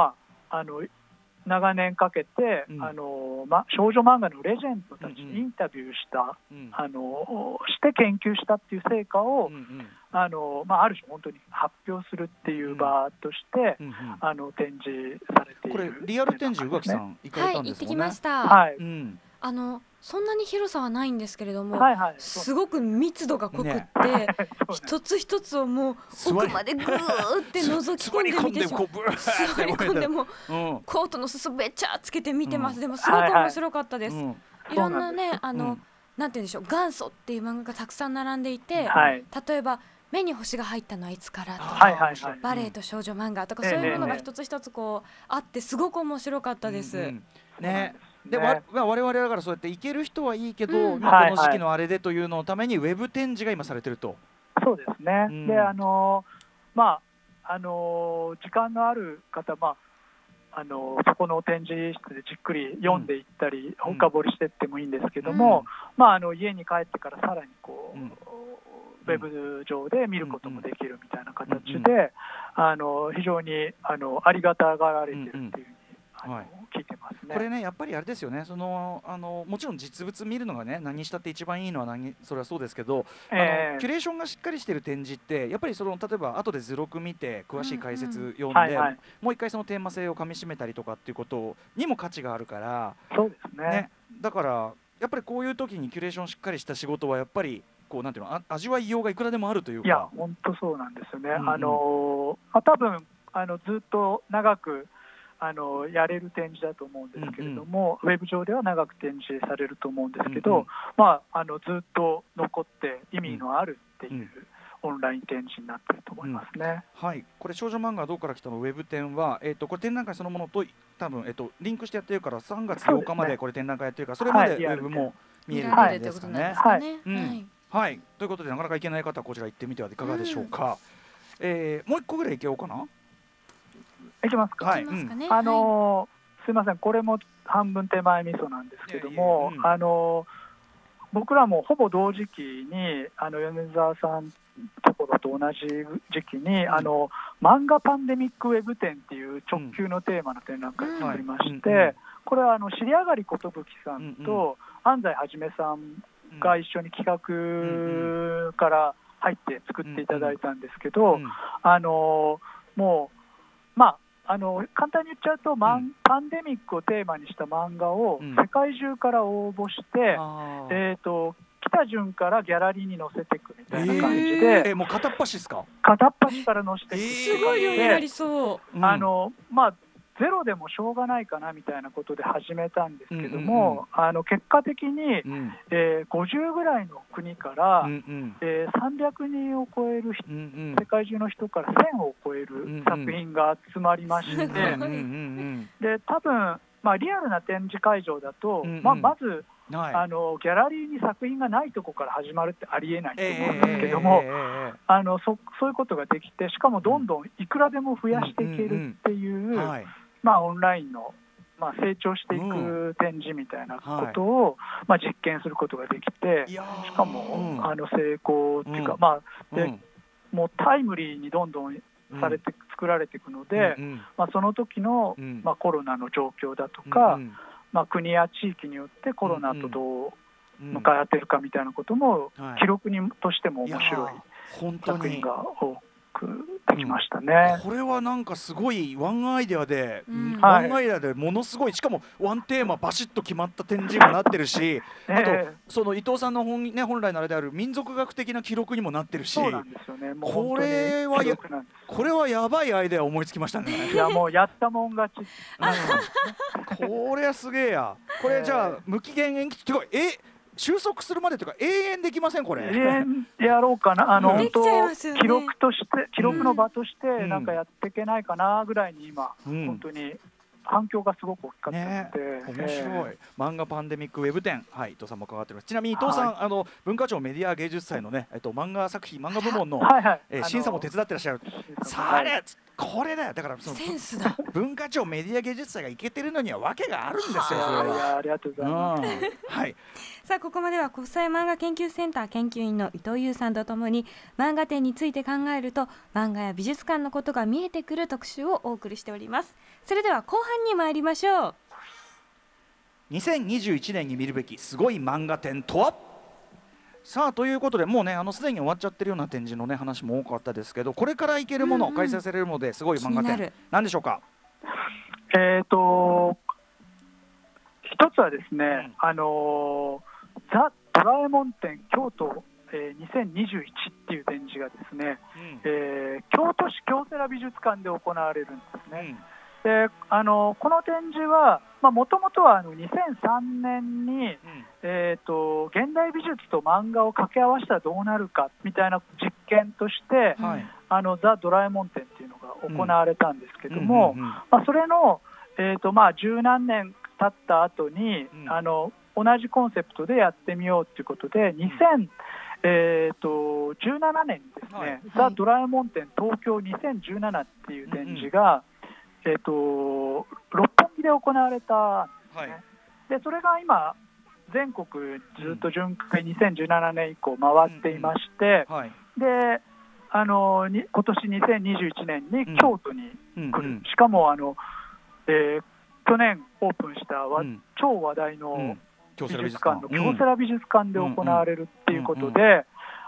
長年かけて少女漫画のレジェンドたちにインタビューしたして研究したっていう成果をある種本当に発表するっていう場として展示されている。 これリアル展示、宇垣さん行かれたんですもんね。 行ってきました。そんなに広さはないんですけれども、すごく密度が濃くって、一つ一つをもう奥までぐーって覗き込んでみてしまう。座り込んでもコートの裾べちゃつけて見てます。でもすごく面白かったです。いろんなねなんて言うんでしょう、元祖っていう漫画がたくさん並んでいて、例えば目に星が入ったのはいつからとか、バレエと少女漫画とか、そういうものが一つ一つこうあってすごく面白かったです。 ね。で我々だからそうやって行ける人はいいけど、この時期のあれでというののためにウェブ展示が今されてると。 そうですね。で時間のある方、そこの展示室でじっくり読んでいったり、深掘りしていってもいいんですけども、家に帰ってからさらにこう、ウェブ上で見ることもできるみたいな形で、非常にありがたがられているっていうふうに聞いてますね。 これねやっぱりあれですよね、もちろん実物見るのがね何したって一番いいのはそれはそうですけど、キュレーションがしっかりしている展示ってやっぱり例えば後で図録見て詳しい解説読んで、もう一回そのテーマ性をかみしめたりとかっていうことにも価値があるから、 そうですね。 だからやっぱりこういう時にキュレーションしっかりした仕事はやっぱりなんていうの、味わいようがいくらでもあるというか。 いや本当そうなんですよね。多分ずっと長くやれる展示だと思うんですけれども、ウェブ上では長く展示されると思うんですけど、ずっと残って意味のあるっていう、 オンライン展示になっていると思いますね。 はい、これ少女漫画どうから来たのウェブ展は、これ展覧会そのものと多分、リンクしてやってるから3月8日までこれ展覧会やってるから、それまでウェブも見える感じですかね。はい、ということでなかなか行けない方はこちら行ってみてはいかがでしょうか。もう一個ぐらい行けようかな。 いきますか。 はい、 すいません、これも半分手前味噌なんですけども、僕らもほぼ同時期に米沢さんところと同じ時期に、漫画パンデミックウェブ展っていう直球のテーマの展覧会を作りまして、これは尻上がり寿さんと安西はじめさんが一緒に企画から入って作っていただいたんですけど、もう簡単に言っちゃうと、パンデミックをテーマにした漫画を世界中から応募して、来た順からギャラリーに載せていくみたいな感じで、 もう片っ端ですか？ 片っ端から載せていくすごいよ、やりそう。 ゼロでもしょうがないかなみたいなことで始めたんですけども、結果的に、50ぐらいの国から、300人を超える、世界中の人から1000を超える作品が集まりまして、で多分、リアルな展示会場だと、まずギャラリーに作品がないところから始まるってありえないと思うんですけども、そういうことができて、しかもどんどんいくらでも増やしていけるっていう、オンラインの、成長していく展示みたいなことを、実験することができて、しかも、成功っていうか、もうタイムリーにどんどん作られていくので、その時の、コロナの状況だとか、国や地域によってコロナとどう向かい合っているかみたいなことも、記録としても面白い作品が多くできましたね。 これはなんかすごいワンアイデアで、ものすごい、しかもワンテーマバシッと決まった展示にもなってるし、あとその伊藤さんの本来のあれである民族学的な記録にもなってるし、 そうなんですよね。もうこれはやばいアイデア思いつきましたね。 いや、もうやったもん勝ち。 これはすげえや。これじゃあ無期限延期っていうか、収束するまでというか永遠できませんこれ？ 永遠やろうかな。本当記録として記録の場としてなんかやっていけないかなぐらいに今、本当に反響がすごく大きかったので、 面白い漫画パンデミックウェブ展、伊藤さんも関わってます。ちなみに伊藤さん、文化庁メディア芸術祭のね、漫画部門の、審査も手伝ってらっしゃる。これだよ。だからそのセンスだ。 文化庁メディア芸術祭がいけてるのには訳があるんですよ。それはありがとうございます。 さあ、ここまでは国際漫画研究センター研究員の伊藤優さんとともに漫画展について考えると漫画や美術館のことが見えてくる特集をお送りしております。それでは後半に参りましょう。 2021年に見るべきすごい漫画展とは。さあということで、もうねすでに終わっちゃってるような展示のね話も多かったですけど、これから行けるもの、開催されるのですごい漫画展何でしょうか？ 一つはですね、ザ・ドラえもん展京都、2021っていう展示がですね、京都市京セラ美術館で行われるんですね。でこの展示はもともとは2003年に、現代美術と漫画を掛け合わせたらどうなるかみたいな実験として、ザ・ドラえもん展っていうのが行われたんですけども、それの、十何年経った後に、同じコンセプトでやってみようということで2017年にですね、ザ・ドラえもん展東京2017っていう展示が、六本木で行われたんですね。でそれが今全国ずっと巡回2017年以降回っていまして、で今年2021年に京都に来る、しかも去年オープンした、超話題の美術館の京セラ美術館で行われるっていうことで、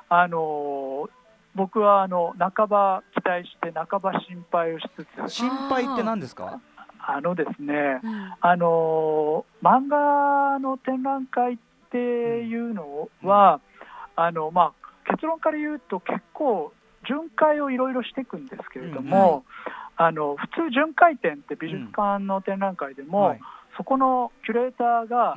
僕は半ば期待して半ば心配をしつつ。 心配って何ですか？ ですね、漫画の展覧会っていうのは、結論から言うと結構巡回をいろいろしていくんですけれども、普通巡回展って美術館の展覧会でも、そこのキュレーターが、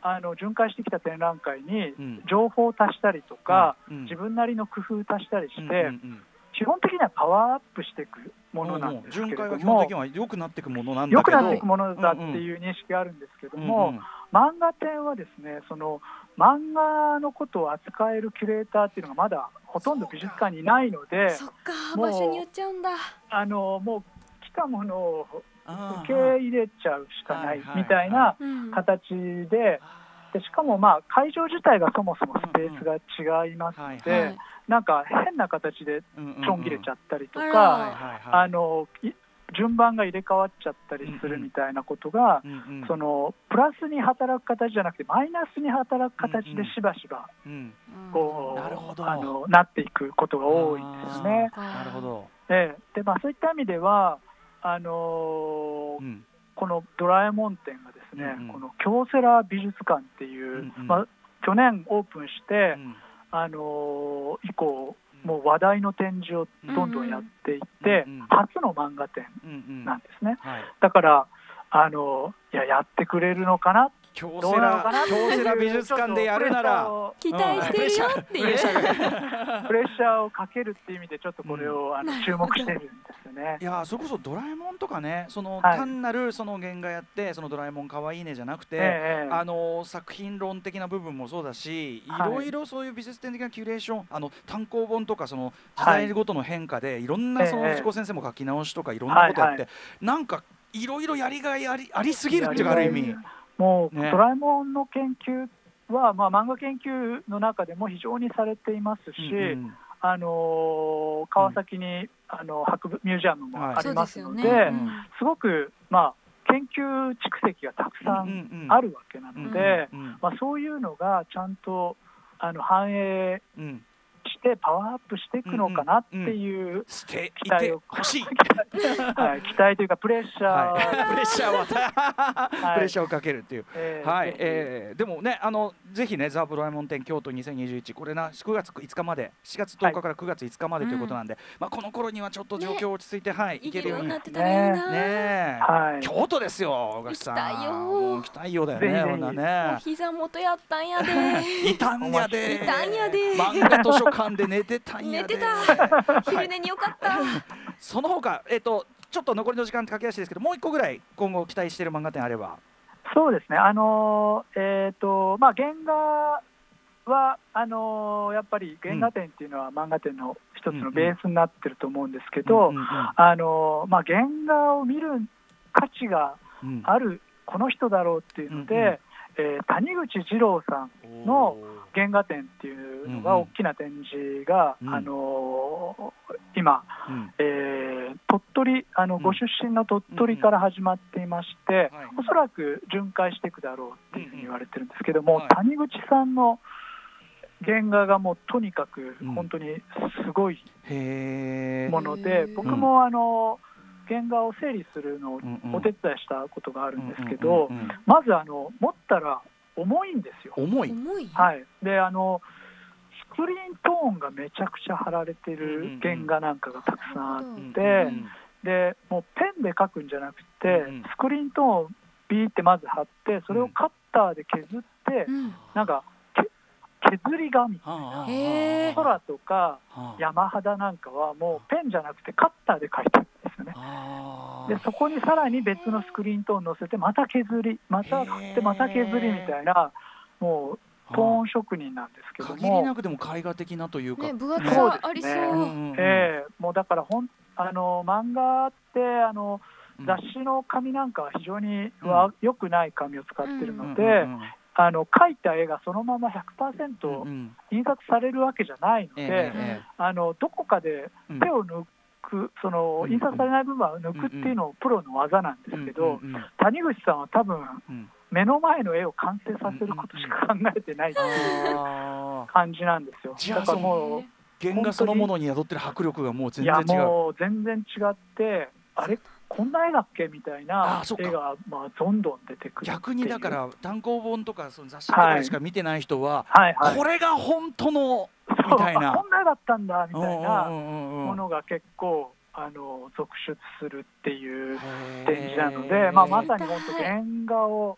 巡回してきた展覧会に情報を足したりとか、自分なりの工夫を足したりして、基本的にはパワーアップしていくものなんですけれども、 巡回は基本的には良くなっていくものなんだけど、 良くなっていくものだっていう認識があるんですけども、漫画展はですね、その漫画のことを扱えるキュレーターっていうのがまだほとんど美術館にいないので、 そっか、場所によっちゃうんだ。 もう来たものを受け入れちゃうしかないみたいな形で、しかも会場自体がそもそもスペースが違いますので、なんか変な形でちょん切れちゃったりとか、順番が入れ替わっちゃったりするみたいなことが、そのプラスに働く形じゃなくてマイナスに働く形でしばしばこうなっていくことが多いんですね。 なるほど。 で、そういった意味ではこのドラえもん展がですね、この京セラ美術館っていう、去年オープンして以降もう話題の展示をどんどんやっていって、初の漫画展なんですね。だからやってくれるのかな、 京セラ美術館でやるなら期待してるよっていうプレッシャーをかけるっていう意味でちょっとこれを注目してるんですよね。 いや、それこそドラえもんとかね、その単なるその原画やってそのドラえもんかわいいねじゃなくて、作品論的な部分もそうだし、いろいろそういう美術展的なキュレーション、単行本とかその時代ごとの変化でいろんなその藤子先生も書き直しとかいろんなことやって、なんかいろいろやりがいありすぎるっていうか、ある意味もう、ドラえもんの研究は、漫画研究の中でも非常にされていますし、川崎にミュージアムもありますので、すごく、研究蓄積がたくさんあるわけなので、そういうのがちゃんと反映してパワーアップしていくのかなっていう期待を期待というかプレッシャーをかけるっていう。でもね、ぜひね、ザ・ドラえもん展京都2021、これな9月5日まで、7月10日から9月5日までということなんで、この頃にはちょっと状況落ち着いて行けるようになってたらいいな。京都ですよ、小笠さん。行きたいよだよね。 お膝元やったんやで。 いたんやで。 漫画図書館で寝てたんやで。 寝てた。昼寝によかった。 その他ちょっと残りの時間駆け足ですけど、もう一個ぐらい今後期待している漫画展あれば。 そうですね、原画はやっぱり原画展っていうのは漫画展の一つのベースになってると思うんですけど、原画を見る価値があるこの人だろうっていうので、谷口二郎さんの原画展っていうのが大きな展示が、今、鳥取ご出身の鳥取から始まっていまして、おそらく巡回していくだろうっていうふうに言われてるんですけども、谷口さんの原画がもうとにかく本当にすごいもので、僕も原画を整理するのをお手伝いしたことがあるんですけど、まず持ったら重いんですよ。 重い。 でスクリーントーンがめちゃくちゃ貼られてる原画なんかがたくさんあって、でもうペンで描くんじゃなくて、スクリーントーンをビーってまず貼って、それをカッターで削って、なんか削り紙みたいな、空とか山肌なんかはもうペンじゃなくてカッターで描いてるんですよね。でそこにさらに別のスクリーントーン乗せてまた削り、また貼ってまた削りみたいな、もうトーン職人なんですけども、 限りなくでも絵画的なというか、 分厚さありそう。 もうだから漫画って雑誌の紙なんかは非常に良くない紙を使ってるので、描いた絵がそのまま 100% 印刷されるわけじゃないので、どこかで手を抜く、その印刷されない部分を抜くっていうのをプロの技なんですけど、谷口さんは多分目の前の絵を完成させることしか考えてないっていう感じなんですよ。だからもう原画そのものに宿ってる迫力がもう全然違う。 いやもう全然違って、あれこんな絵だっけみたいな絵がどんどん出てくる。 逆にだから単行本とかその雑誌とかでしか見てない人は、これが本当のみたいな、 こんな絵だったんだみたいなものが結構続出するっていう展示なので、まさに本当原画を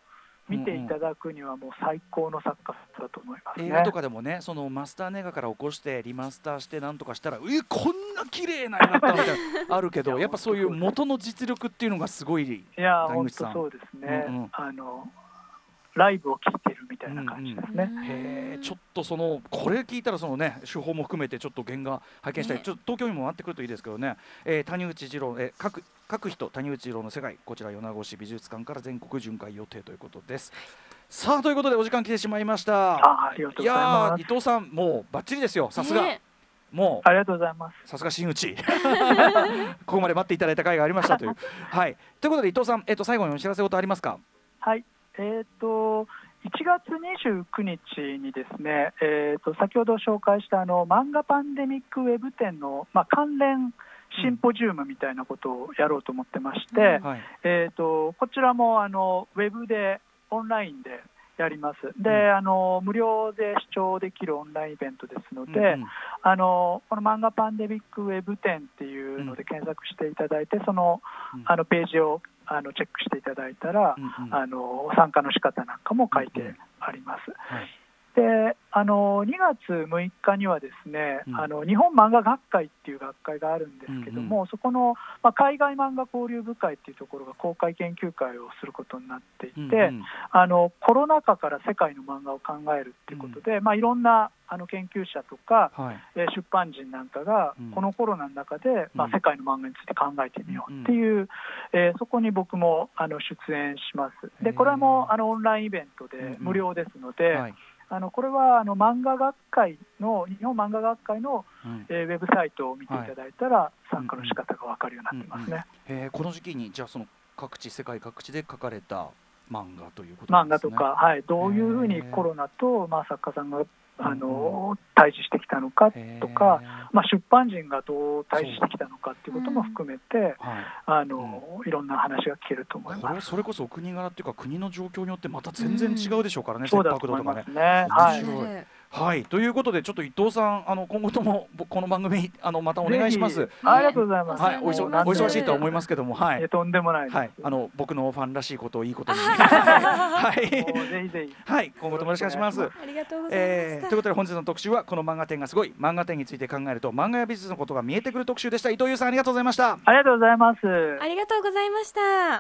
見ていただくにはもう最高の作家だと思いますね。 映画とかでもね、そのマスターネガから起こしてリマスターしてなんとかしたらこんな綺麗な絵だったみたいなあるけどやっぱそういう元の実力っていうのがすごい。 いや本当そうですね、ライブを聴いてるみたいな感じですね。 へー、ちょっとこれ聞いたらね手法も含めてちょっと原画拝見したい、ちょっと東京にも回ってくるといいですけどね、谷口二郎、書く人谷口二郎の世界、こちら米子市美術館から全国巡回予定ということです。さあということでお時間来てしまいました。 ありがとうございます。 伊藤さんもうバッチリですよ、さすが、もうありがとうございます。 さすが真打ちここまで待っていただいた甲斐がありましたというはいということで伊藤さん、最後にお知らせ事ありますか？ はい、1月29日にですね、先ほど紹介した漫画パンデミックウェブ展の、関連シンポジウムみたいなことをやろうと思ってまして、こちらもウェブでオンラインでやります。で、無料で視聴できるオンラインイベントですので、この漫画パンデミックウェブ展っていうので検索していただいて、そのページをチェックしていただいたら、参加の仕方なんかも書いてあります。で2月6日にはですね、日本漫画学会っていう学会があるんですけども、そこの、海外漫画交流部会っていうところが公開研究会をすることになっていて、コロナ禍から世界の漫画を考えるっていうことで、いろんな研究者とか、出版人なんかがこのコロナの中で、世界の漫画について考えてみようっていう、そこに僕も出演します。でこれもオンラインイベントで無料ですので、これは漫画学会の日本漫画学会の、ウェブサイトを見ていただいたら、参加の仕方が分かるようになってますね。 この時期にじゃあ世界各地で書かれた漫画ということですね。 漫画とか、どういうふうにコロナと、作家さんが対峙してきたのかとか、出版人がどう対峙してきたのかっていうことも含めて、いろんな話が聞けると思います。 それこそお国柄っていうか国の状況によってまた全然違うでしょうからね、 そうだと思いますね。 ということでちょっと伊藤さん今後ともこの番組またお願いします。 ありがとうございます。 お忙しいとは思いますけども、 とんでもないです。 僕のファンらしいことをいいことにぜひぜひ今後ともよろしくお願いします。 ありがとうございます。 ということで本日の特集はこの漫画展がすごい、漫画展について考えると漫画や美術のことが見えてくる特集でした。伊藤優さんありがとうございました。 ありがとうございます。 ありがとうございました。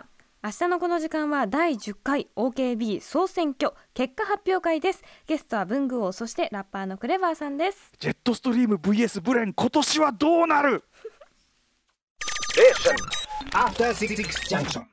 明日のこの時間は第10回 OKB 総選挙結果発表会です。ゲストは文具王、そしてラッパーのクレバーさんです。 ジェットストリーム VS ブレン、今年はどうなる？ After 66 junction